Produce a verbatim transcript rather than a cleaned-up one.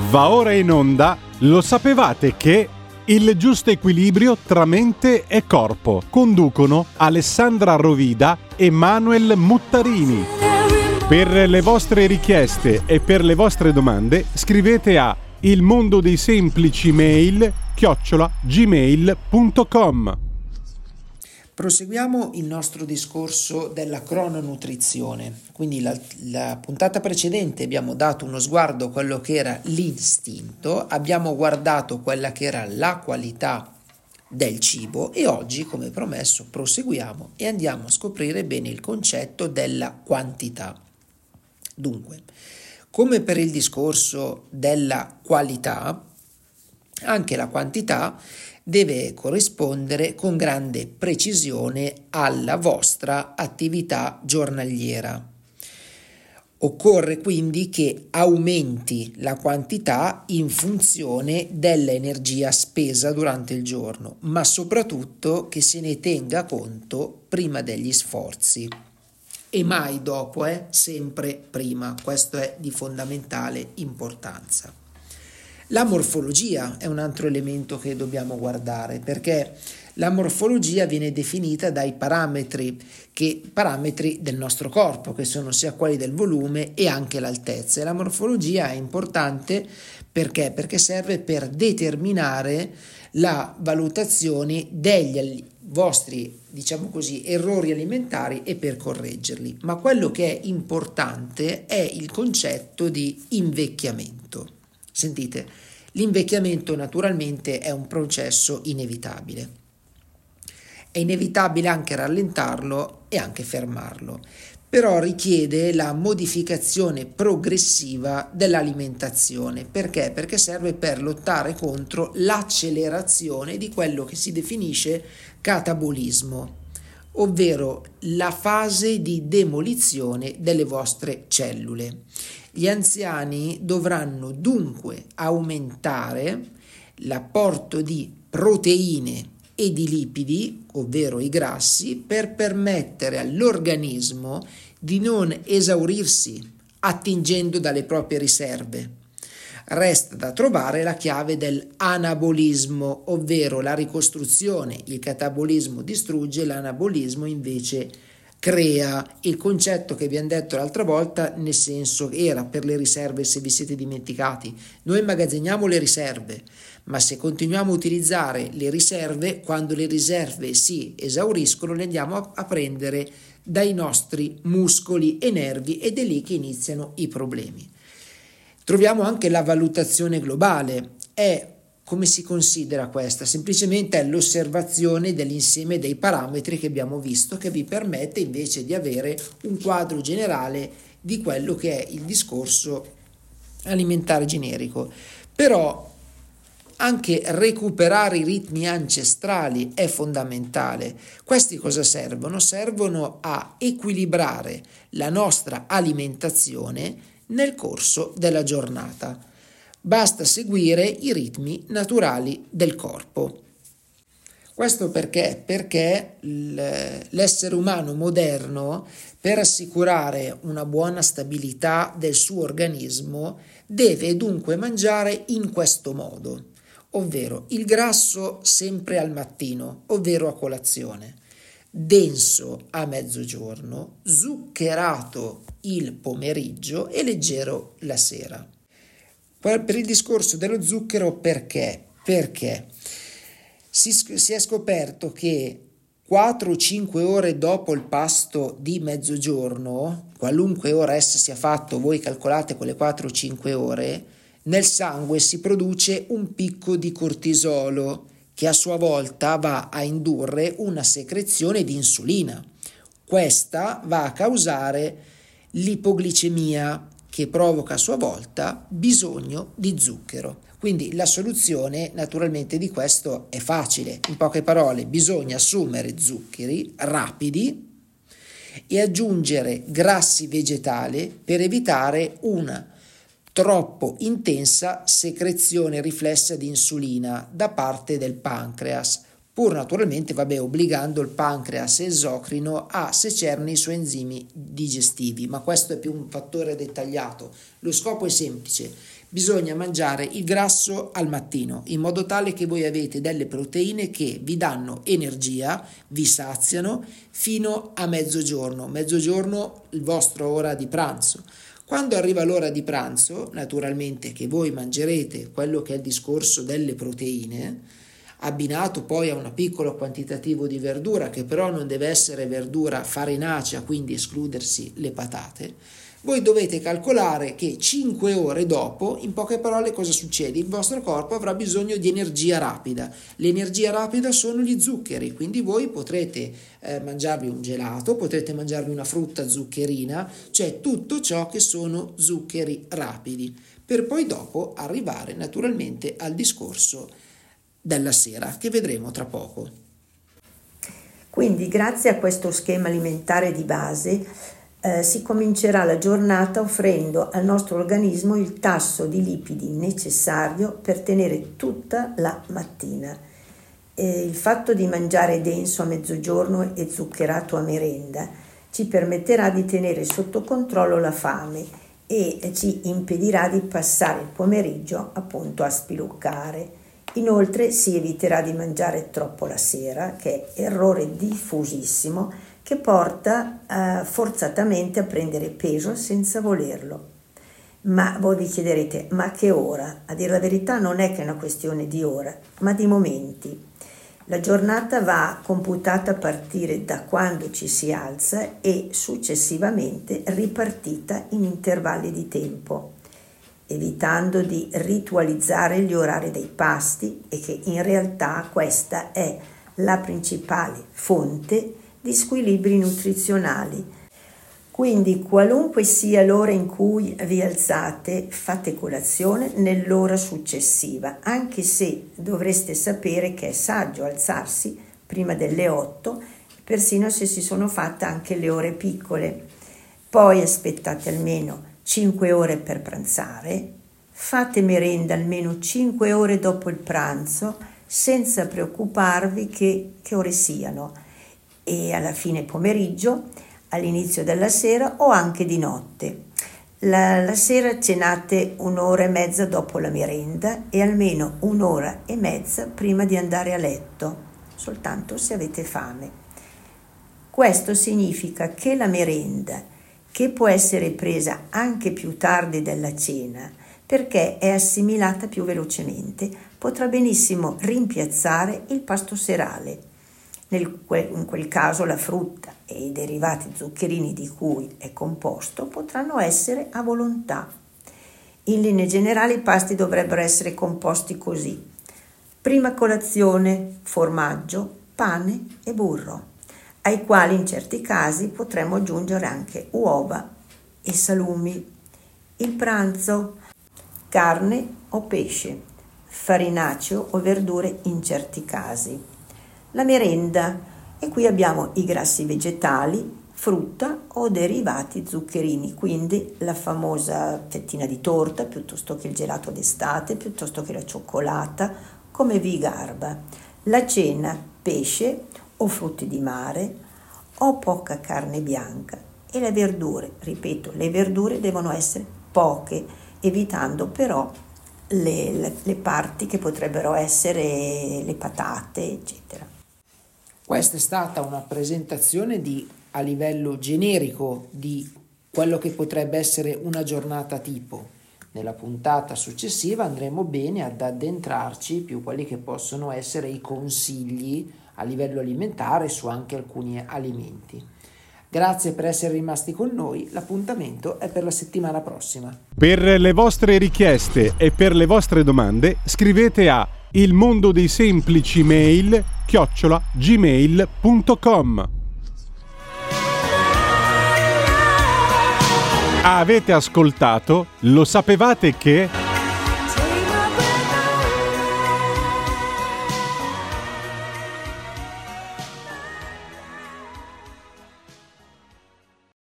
Va ora in onda, lo sapevate che il giusto equilibrio tra mente e corpo conducono Alessandra Rovida e Manuel Muttarini. Per le vostre richieste e per le vostre domande scrivete a il mondo dei semplici mail chiocciola gmail punto com. Proseguiamo il nostro discorso della crononutrizione. Quindi la, la puntata precedente abbiamo dato uno sguardo a quello che era l'istinto, abbiamo guardato quella che era la qualità del cibo e oggi, come promesso, proseguiamo e andiamo a scoprire bene il concetto della quantità. Dunque, come per il discorso della qualità, anche la quantità deve corrispondere con grande precisione alla vostra attività giornaliera. Occorre quindi che aumenti la quantità in funzione dell'energia spesa durante il giorno, ma soprattutto che se ne tenga conto prima degli sforzi e mai dopo, eh, sempre prima. Questo è di fondamentale importanza. La morfologia è un altro elemento che dobbiamo guardare, perché la morfologia viene definita dai parametri, che, parametri del nostro corpo, che sono sia quelli del volume e anche l'altezza. E la morfologia è importante perché? Perché serve per determinare la valutazione degli vostri, diciamo così, errori alimentari e per correggerli. Ma quello che è importante è il concetto di invecchiamento. Sentite, l'invecchiamento naturalmente è un processo inevitabile. È inevitabile anche rallentarlo e anche fermarlo, però richiede la modificazione progressiva dell'alimentazione. Perché? Perché serve per lottare contro l'accelerazione di quello che si definisce catabolismo, ovvero la fase di demolizione delle vostre cellule. Gli anziani dovranno dunque aumentare l'apporto di proteine e di lipidi, ovvero i grassi, per permettere all'organismo di non esaurirsi attingendo dalle proprie riserve. Resta da trovare la chiave dell'anabolismo, ovvero la ricostruzione. Il catabolismo distrugge, l'anabolismo invece crea. Il concetto che vi abbiamo detto l'altra volta, nel senso era per le riserve, se vi siete dimenticati, noi immagazziniamo le riserve, ma se continuiamo a utilizzare le riserve, quando le riserve si esauriscono le andiamo a, a prendere dai nostri muscoli e nervi ed è lì che iniziano i problemi. Troviamo anche la valutazione globale. È come si considera questa? Semplicemente è l'osservazione dell'insieme dei parametri che abbiamo visto, che vi permette invece di avere un quadro generale di quello che è il discorso alimentare generico. Però anche recuperare i ritmi ancestrali è fondamentale. Questi cosa servono? Servono a equilibrare la nostra alimentazione nel corso della giornata. Basta seguire i ritmi naturali del corpo. Questo perché? Perché l'essere umano moderno, per assicurare una buona stabilità del suo organismo, deve dunque mangiare in questo modo, ovvero il grasso sempre al mattino, ovvero a colazione, denso a mezzogiorno, zuccherato il pomeriggio e leggero la sera. Per il discorso dello zucchero, perché? Perché si, si è scoperto che quattro o cinque ore dopo il pasto di mezzogiorno, qualunque ora essa sia fatto, voi calcolate quelle quattro o cinque ore, nel sangue si produce un picco di cortisolo che a sua volta va a indurre una secrezione di insulina. Questa va a causare l'ipoglicemia, che provoca a sua volta bisogno di zucchero. Quindi la soluzione naturalmente di questo è facile. In poche parole, bisogna assumere zuccheri rapidi e aggiungere grassi vegetali per evitare una troppo intensa secrezione riflessa di insulina da parte del pancreas. pur naturalmente vabbè, obbligando il pancreas esocrino a secerne i suoi enzimi digestivi, ma questo è più un fattore dettagliato. Lo scopo è semplice: bisogna mangiare il grasso al mattino, in modo tale che voi avete delle proteine che vi danno energia, vi saziano fino a mezzogiorno, mezzogiorno il vostro ora di pranzo. Quando arriva l'ora di pranzo, naturalmente che voi mangerete quello che è il discorso delle proteine, abbinato poi a un piccolo quantitativo di verdura, che però non deve essere verdura farinacea, quindi escludersi le patate, voi dovete calcolare che cinque ore dopo, in poche parole cosa succede? Il vostro corpo avrà bisogno di energia rapida. L'energia rapida sono gli zuccheri, quindi voi potrete eh, mangiarvi un gelato, potrete mangiarvi una frutta zuccherina, cioè tutto ciò che sono zuccheri rapidi, per poi dopo arrivare naturalmente al discorso della sera, che vedremo tra poco. Quindi grazie a questo schema alimentare di base Eh, si comincerà la giornata offrendo al nostro organismo il tasso di lipidi necessario per tenere tutta la mattina. Eh, il fatto di mangiare denso a mezzogiorno e zuccherato a merenda ci permetterà di tenere sotto controllo la fame e ci impedirà di passare il pomeriggio appunto a spiluccare. Inoltre si eviterà di mangiare troppo la sera, che è errore diffusissimo che porta eh, forzatamente a prendere peso senza volerlo. Ma voi vi chiederete, ma a che ora? A dire la verità non è che è una questione di ora, ma di momenti. La giornata va computata a partire da quando ci si alza e successivamente ripartita in intervalli di tempo, evitando di ritualizzare gli orari dei pasti, e che in realtà questa è la principale fonte di squilibri nutrizionali. Quindi qualunque sia l'ora in cui vi alzate, fate colazione nell'ora successiva, anche se dovreste sapere che è saggio alzarsi prima delle otto, persino se si sono fatte anche le ore piccole. Poi aspettate almeno cinque ore per pranzare, fate merenda almeno cinque ore dopo il pranzo, senza preoccuparvi che, che ore siano, e alla fine pomeriggio, all'inizio della sera o anche di notte. La, la sera cenate un'ora e mezza dopo la merenda e almeno un'ora e mezza prima di andare a letto, soltanto se avete fame. Questo significa che la merenda, che può essere presa anche più tardi della cena, perché è assimilata più velocemente, potrà benissimo rimpiazzare il pasto serale. Nel, in quel caso la frutta e i derivati zuccherini di cui è composto potranno essere a volontà. In linee generali i pasti dovrebbero essere composti così: prima colazione, formaggio, pane e burro, ai quali in certi casi potremmo aggiungere anche uova e salumi. Il pranzo, carne o pesce, farinaceo o verdure in certi casi. La merenda, e qui abbiamo i grassi vegetali, frutta o derivati zuccherini, quindi la famosa fettina di torta piuttosto che il gelato d'estate, piuttosto che la cioccolata, come vi garba. La cena, pesce o frutti di mare o poca carne bianca, e le verdure, ripeto, le verdure devono essere poche, evitando però le, le, le parti che potrebbero essere le patate, eccetera. Questa è stata una presentazione di, a livello generico di quello che potrebbe essere una giornata tipo. Nella puntata successiva andremo bene ad addentrarci più quelli che possono essere i consigli a livello alimentare su anche alcuni alimenti. Grazie per essere rimasti con noi, l'appuntamento è per la settimana prossima. Per le vostre richieste e per le vostre domande scrivete a il mondo dei semplici mail chiocciola gmail punto com. Avete ascoltato Lo sapevate che?